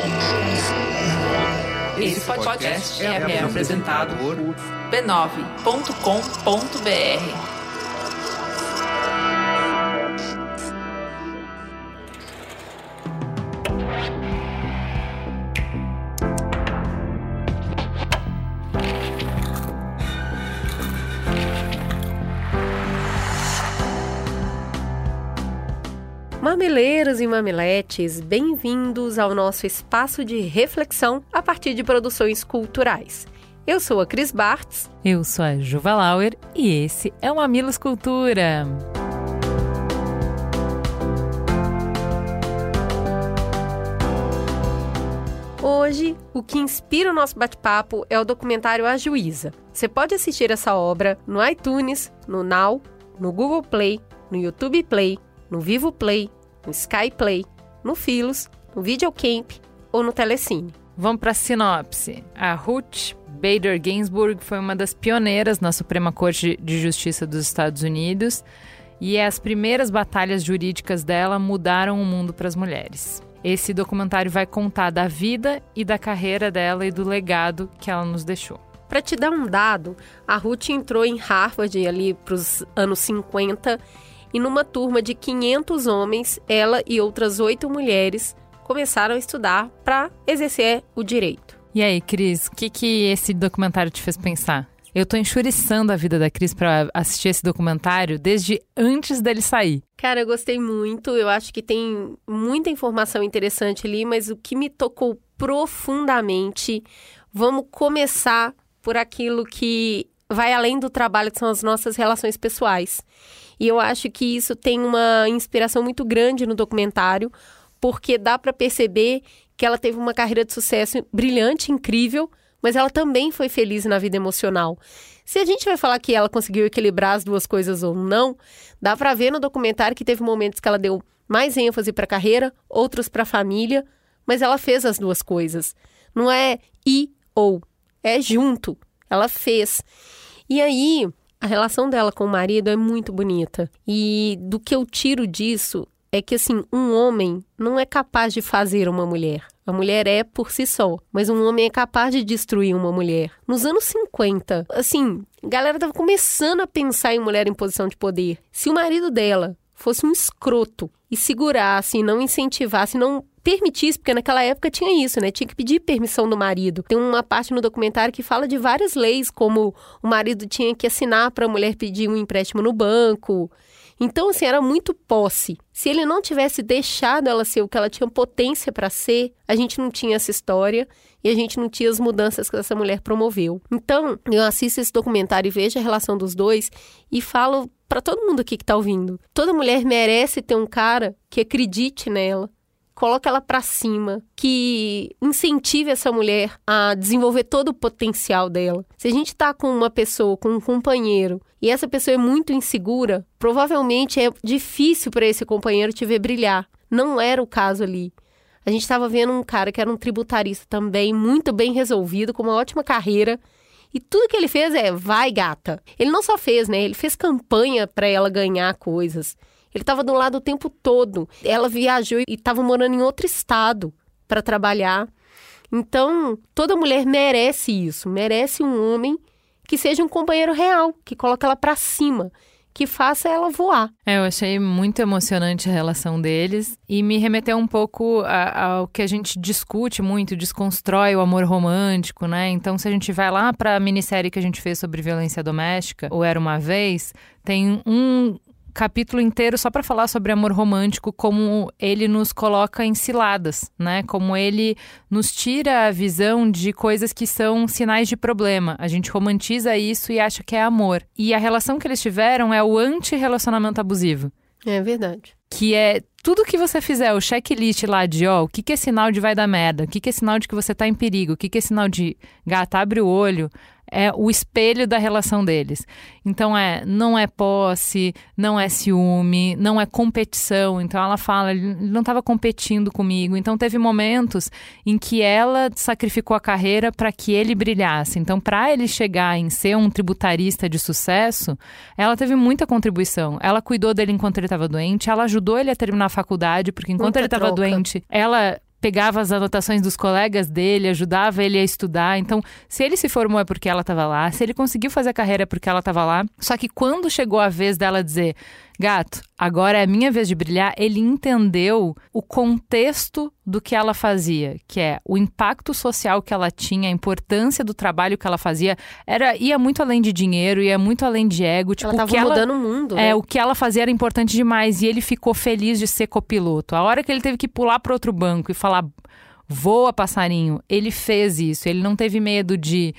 Esse podcast é apresentado por b9.com.br. Mamileiros e mamiletes, bem-vindos ao nosso espaço de reflexão a partir de produções culturais. Eu sou a Cris Bartz. Eu sou a Juva Lauer e esse é o Mamilos Cultura. Hoje, o que inspira o nosso bate-papo é o documentário A Juíza. Você pode assistir essa obra no iTunes, no Now, no Google Play, no YouTube Play, no Vivo Play, no Sky Play, no Philos, no Videocamp ou no Telecine. Vamos para a sinopse. A Ruth Bader Ginsburg foi uma das pioneiras na Suprema Corte de Justiça dos Estados Unidos e as primeiras batalhas jurídicas dela mudaram o mundo para as mulheres. Esse documentário vai contar da vida e da carreira dela e do legado que ela nos deixou. Para te dar um dado, a Ruth entrou em Harvard ali para os anos 50 e numa turma de 500 homens, ela e outras 8 mulheres começaram a estudar para exercer o direito. E aí, Cris, o que esse documentário te fez pensar? Eu tô enxuriçando a vida da Cris para assistir esse documentário desde antes dele sair. Cara, eu gostei muito, eu acho que tem muita informação interessante ali, mas o que me tocou profundamente, vamos começar por aquilo que vai além do trabalho, que são as nossas relações pessoais. E eu acho que isso tem uma inspiração muito grande no documentário, porque dá para perceber que ela teve uma carreira de sucesso brilhante, incrível, mas ela também foi feliz na vida emocional. Se a gente vai falar que ela conseguiu equilibrar as duas coisas ou não, dá para ver no documentário que teve momentos que ela deu mais ênfase para a carreira, outros para a família, mas ela fez as duas coisas. Não é e ou, é junto. Ela fez. E aí, a relação dela com o marido é muito bonita. E do que eu tiro disso é que, assim, um homem não é capaz de fazer uma mulher. A mulher é por si só, mas um homem é capaz de destruir uma mulher. Nos anos 50, assim, a galera tava começando a pensar em mulher em posição de poder. Se o marido dela fosse um escroto e segurasse, não incentivasse, não permitisse, porque naquela época tinha isso, né? Tinha que pedir permissão do marido. Tem uma parte no documentário que fala de várias leis, como o marido tinha que assinar para a mulher pedir um empréstimo no banco. Então, assim, era muito posse. Se ele não tivesse deixado ela ser o que ela tinha potência para ser, a gente não tinha essa história e a gente não tinha as mudanças que essa mulher promoveu. Então, eu assisto esse documentário e vejo a relação dos dois e falo para todo mundo aqui que tá ouvindo. Toda mulher merece ter um cara que acredite nela, coloca ela para cima, que incentive essa mulher a desenvolver todo o potencial dela. Se a gente tá com uma pessoa, com um companheiro, e essa pessoa é muito insegura, provavelmente é difícil para esse companheiro te ver brilhar. Não era o caso ali. A gente estava vendo um cara que era um tributarista também, muito bem resolvido, com uma ótima carreira, e tudo que ele fez é, vai gata. Ele não só fez, né? Ele fez campanha para ela ganhar coisas. Ele estava do lado o tempo todo. Ela viajou e estava morando em outro estado para trabalhar. Então, toda mulher merece isso. Merece um homem que seja um companheiro real, que coloque ela para cima, que faça ela voar. Eu achei muito emocionante a relação deles e me remeteu um pouco ao que a gente discute muito, desconstrói o amor romântico, né? Então, se a gente vai lá para a minissérie que a gente fez sobre violência doméstica, ou Era Uma Vez, tem um capítulo inteiro só para falar sobre amor romântico, como ele nos coloca em ciladas, né? Como ele nos tira a visão de coisas que são sinais de problema. A gente romantiza isso e acha que é amor. E a relação que eles tiveram é o anti-relacionamento abusivo. É verdade. Que é tudo que você fizer, o checklist lá de, o que é sinal de vai dar merda, o que é sinal de que você tá em perigo, o que é sinal de gata, abre o olho, é o espelho da relação deles. Então não é posse, não é ciúme, não é competição. Então ela fala, ele não estava competindo comigo. Então teve momentos em que ela sacrificou a carreira para que ele brilhasse. Então para ele chegar em ser um tributarista de sucesso, ela teve muita contribuição. Ela cuidou dele enquanto ele estava doente, ela ajudou ele a terminar a faculdade, porque enquanto ele estava doente, ela pegava as anotações dos colegas dele, ajudava ele a estudar. Então, se ele se formou é porque ela estava lá, se ele conseguiu fazer a carreira é porque ela estava lá. Só que quando chegou a vez dela dizer, gato, agora é a minha vez de brilhar, ele entendeu o contexto do que ela fazia, que é o impacto social que ela tinha, a importância do trabalho que ela fazia, ia muito além de dinheiro, ia muito além de ego. Tipo, ela estava mudando o mundo, né? O que ela fazia era importante demais, e ele ficou feliz de ser copiloto. A hora que ele teve que pular para outro banco e falar, voa, passarinho, ele fez isso. Ele não teve medo de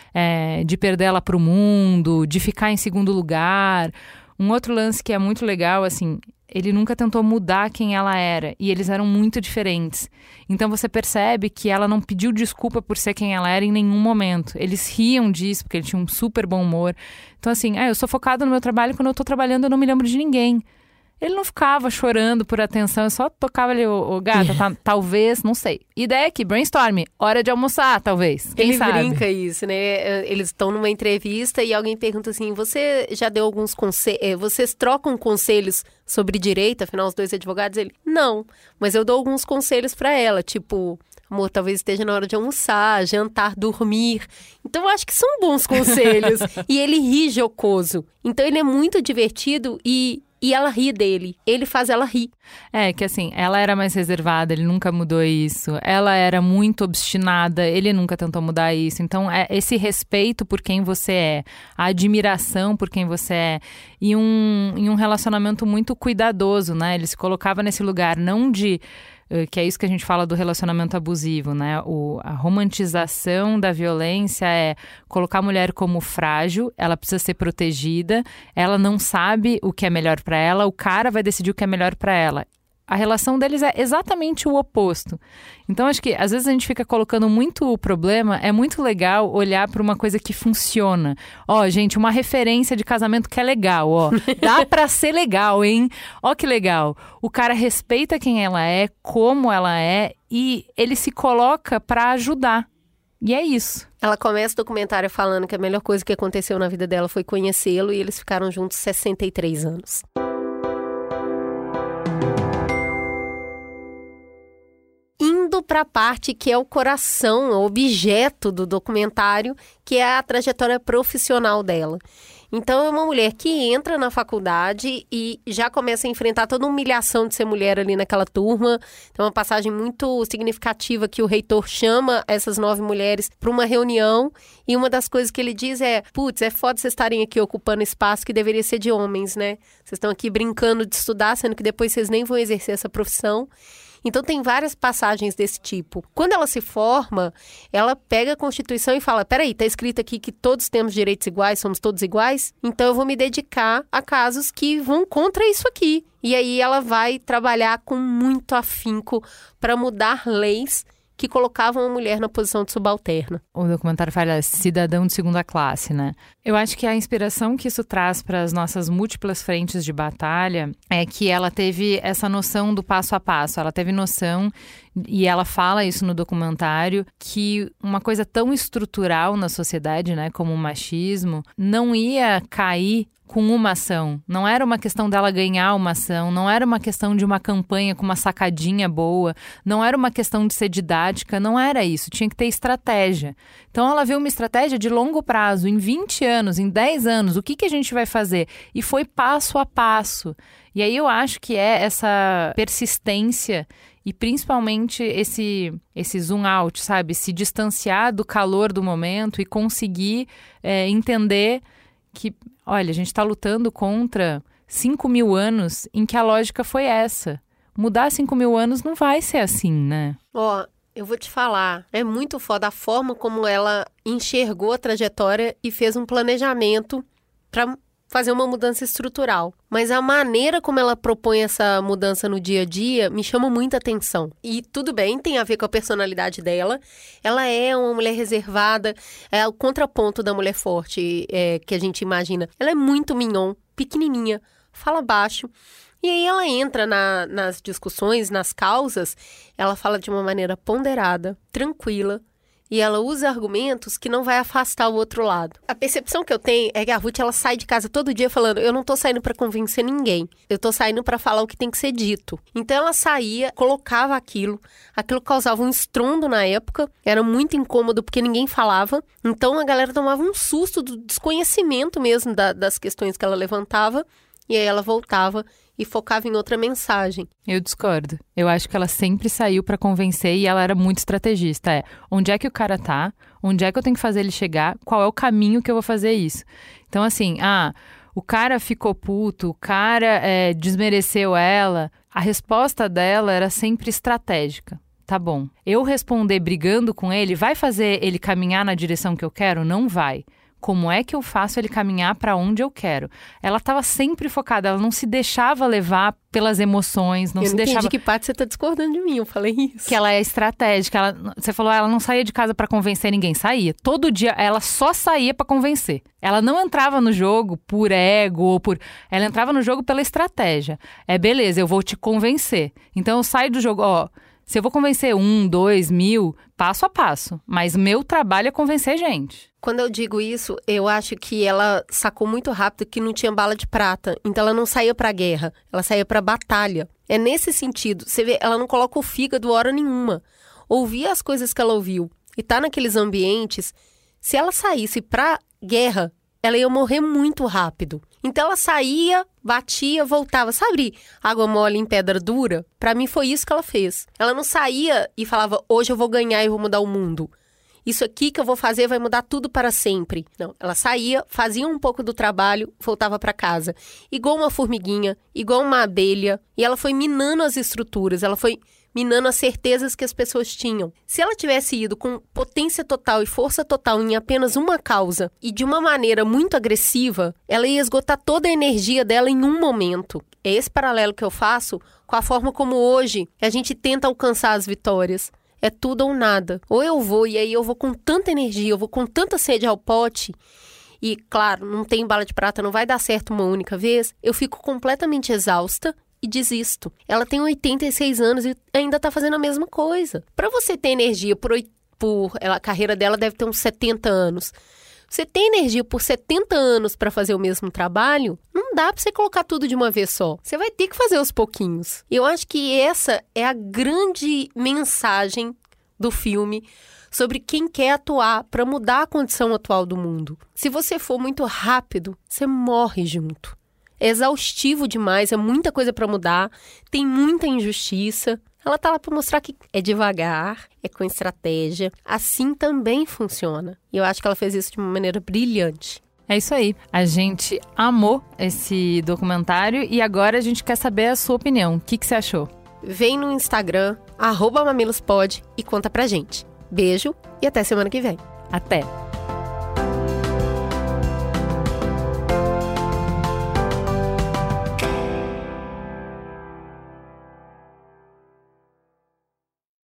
perder ela para o mundo, de ficar em segundo lugar. Um outro lance que é muito legal, assim, ele nunca tentou mudar quem ela era. E eles eram muito diferentes. Então você percebe que ela não pediu desculpa por ser quem ela era em nenhum momento. Eles riam disso, porque ele tinha um super bom humor. Então assim, eu sou focado no meu trabalho, quando eu tô trabalhando eu não me lembro de ninguém. Ele não ficava chorando por atenção, eu só tocava ali, o gato, talvez, não sei. Ideia aqui, brainstorm, hora de almoçar, talvez, quem sabe? Ele brinca isso, né? Eles estão numa entrevista e alguém pergunta assim, você já deu alguns conselhos, vocês trocam conselhos sobre direito, afinal os dois advogados? Ele, não, mas eu dou alguns conselhos pra ela, tipo, amor, talvez esteja na hora de almoçar, jantar, dormir. Então eu acho que são bons conselhos. E ele ri jocoso, então ele é muito divertido e ela ri dele, ele faz ela rir. Que assim, ela era mais reservada, ele nunca mudou isso. Ela era muito obstinada, ele nunca tentou mudar isso. Então, esse respeito por quem você é, a admiração por quem você é, e um relacionamento muito cuidadoso, né? Ele se colocava nesse lugar, não de... que é isso que a gente fala do relacionamento abusivo, né? A romantização da violência é colocar a mulher como frágil, ela precisa ser protegida, ela não sabe o que é melhor para ela, o cara vai decidir o que é melhor para ela. A relação deles é exatamente o oposto. Então, acho que às vezes a gente fica colocando muito o problema, é muito legal olhar para uma coisa que funciona. Gente, uma referência de casamento que é legal, dá para ser legal, hein? Que legal. O cara respeita quem ela é, como ela é, e ele se coloca para ajudar. E é isso. Ela começa o documentário falando que a melhor coisa que aconteceu na vida dela foi conhecê-lo, e eles ficaram juntos 63 anos. Indo para a parte que é o coração, o objeto do documentário, que é a trajetória profissional dela. Então, é uma mulher que entra na faculdade e já começa a enfrentar toda a humilhação de ser mulher ali naquela turma. Então, uma passagem muito significativa que o reitor chama essas 9 mulheres para uma reunião, e uma das coisas que ele diz é, putz, é foda vocês estarem aqui ocupando espaço que deveria ser de homens, né? Vocês estão aqui brincando de estudar, sendo que depois vocês nem vão exercer essa profissão. Então, tem várias passagens desse tipo. Quando ela se forma, ela pega a Constituição e fala, peraí, tá escrito aqui que todos temos direitos iguais, somos todos iguais? Então, eu vou me dedicar a casos que vão contra isso aqui. E aí, ela vai trabalhar com muito afinco para mudar leis que colocavam a mulher na posição de subalterna. O documentário fala cidadão de segunda classe, né? Eu acho que a inspiração que isso traz para as nossas múltiplas frentes de batalha é que ela teve essa noção do passo a passo. Ela teve noção, e ela fala isso no documentário, que uma coisa tão estrutural na sociedade, né, como o machismo, não ia cair com uma ação. Não era uma questão dela ganhar uma ação, não era uma questão de uma campanha com uma sacadinha boa, não era uma questão de ser didática, não era isso. Tinha que ter estratégia. Então ela viu uma estratégia de longo prazo, em 20 anos, em 10 anos, o que a gente vai fazer? E foi passo a passo. E aí eu acho que é essa persistência e principalmente esse zoom out, sabe? Se distanciar do calor do momento e conseguir entender que, olha, a gente está lutando contra 5.000 anos em que a lógica foi essa. Mudar 5.000 anos não vai ser assim, né? Eu vou te falar, é muito foda a forma como ela enxergou a trajetória e fez um planejamento para fazer uma mudança estrutural. Mas a maneira como ela propõe essa mudança no dia a dia me chama muita atenção. E tudo bem, tem a ver com a personalidade dela. Ela é uma mulher reservada, é o contraponto da mulher forte que a gente imagina. Ela é muito mignon, pequenininha, fala baixo. E aí ela entra nas discussões, nas causas, ela fala de uma maneira ponderada, tranquila, e ela usa argumentos que não vai afastar o outro lado. A percepção que eu tenho é que a Ruth, ela sai de casa todo dia falando, eu não tô saindo pra convencer ninguém, eu tô saindo pra falar o que tem que ser dito. Então ela saía, colocava aquilo causava um estrondo na época, era muito incômodo porque ninguém falava, então a galera tomava um susto do desconhecimento mesmo das questões que ela levantava, e aí ela voltava e focava em outra mensagem. Eu discordo. Eu acho que ela sempre saiu pra convencer e ela era muito estrategista. Onde é que o cara tá? Onde é que eu tenho que fazer ele chegar? Qual é o caminho que eu vou fazer isso? Então, assim, o cara ficou puto, o cara desmereceu ela. A resposta dela era sempre estratégica. Tá bom. Eu responder brigando com ele, vai fazer ele caminhar na direção que eu quero? Não vai. Como é que eu faço ele caminhar para onde eu quero? Ela estava sempre focada, ela não se deixava levar pelas emoções, não se deixava... Eu não entendi que parte você está discordando de mim, eu falei isso. Que ela é estratégica, você falou, ela não saía de casa para convencer ninguém, saía. Todo dia ela só saía para convencer. Ela não entrava no jogo por ego ou por... Ela entrava no jogo pela estratégia. Beleza, eu vou te convencer. Então eu saio do jogo, se eu vou convencer 1, 2, 1000, passo a passo. Mas meu trabalho é convencer gente. Quando eu digo isso, eu acho que ela sacou muito rápido que não tinha bala de prata. Então ela não saía pra guerra, ela saía pra batalha. É nesse sentido. Você vê, ela não coloca o fígado hora nenhuma. Ouvir as coisas que ela ouviu e tá naqueles ambientes, se ela saísse pra guerra, ela ia morrer muito rápido. Então ela saía, batia, voltava. Sabe água mole em pedra dura? Pra mim foi isso que ela fez. Ela não saía e falava, hoje eu vou ganhar e vou mudar o mundo. Isso aqui que eu vou fazer vai mudar tudo para sempre. Não, ela saía, fazia um pouco do trabalho, voltava para casa. Igual uma formiguinha, igual uma abelha. E ela foi minando as estruturas, ela foi minando as certezas que as pessoas tinham. Se ela tivesse ido com potência total e força total em apenas uma causa e de uma maneira muito agressiva, ela ia esgotar toda a energia dela em um momento. É esse paralelo que eu faço com a forma como hoje a gente tenta alcançar as vitórias. É tudo ou nada. Ou eu vou, e aí eu vou com tanta energia, eu vou com tanta sede ao pote, e claro, não tem bala de prata, não vai dar certo uma única vez, eu fico completamente exausta e desisto. Ela tem 86 anos e ainda tá fazendo a mesma coisa. Pra você ter energia a carreira dela deve ter uns 70 anos. Você tem energia por 70 anos pra fazer o mesmo trabalho, não dá pra você colocar tudo de uma vez só. Você vai ter que fazer aos pouquinhos. E eu acho que essa é a grande mensagem do filme sobre quem quer atuar pra mudar a condição atual do mundo. Se você for muito rápido, você morre junto. É exaustivo demais, é muita coisa pra mudar, tem muita injustiça. Ela tá lá pra mostrar que é devagar, é com estratégia. Assim também funciona. E eu acho que ela fez isso de uma maneira brilhante. É isso aí. A gente amou esse documentário e agora a gente quer saber a sua opinião. O que você achou? Vem no Instagram, @mamilospod e conta pra gente. Beijo e até semana que vem. Até!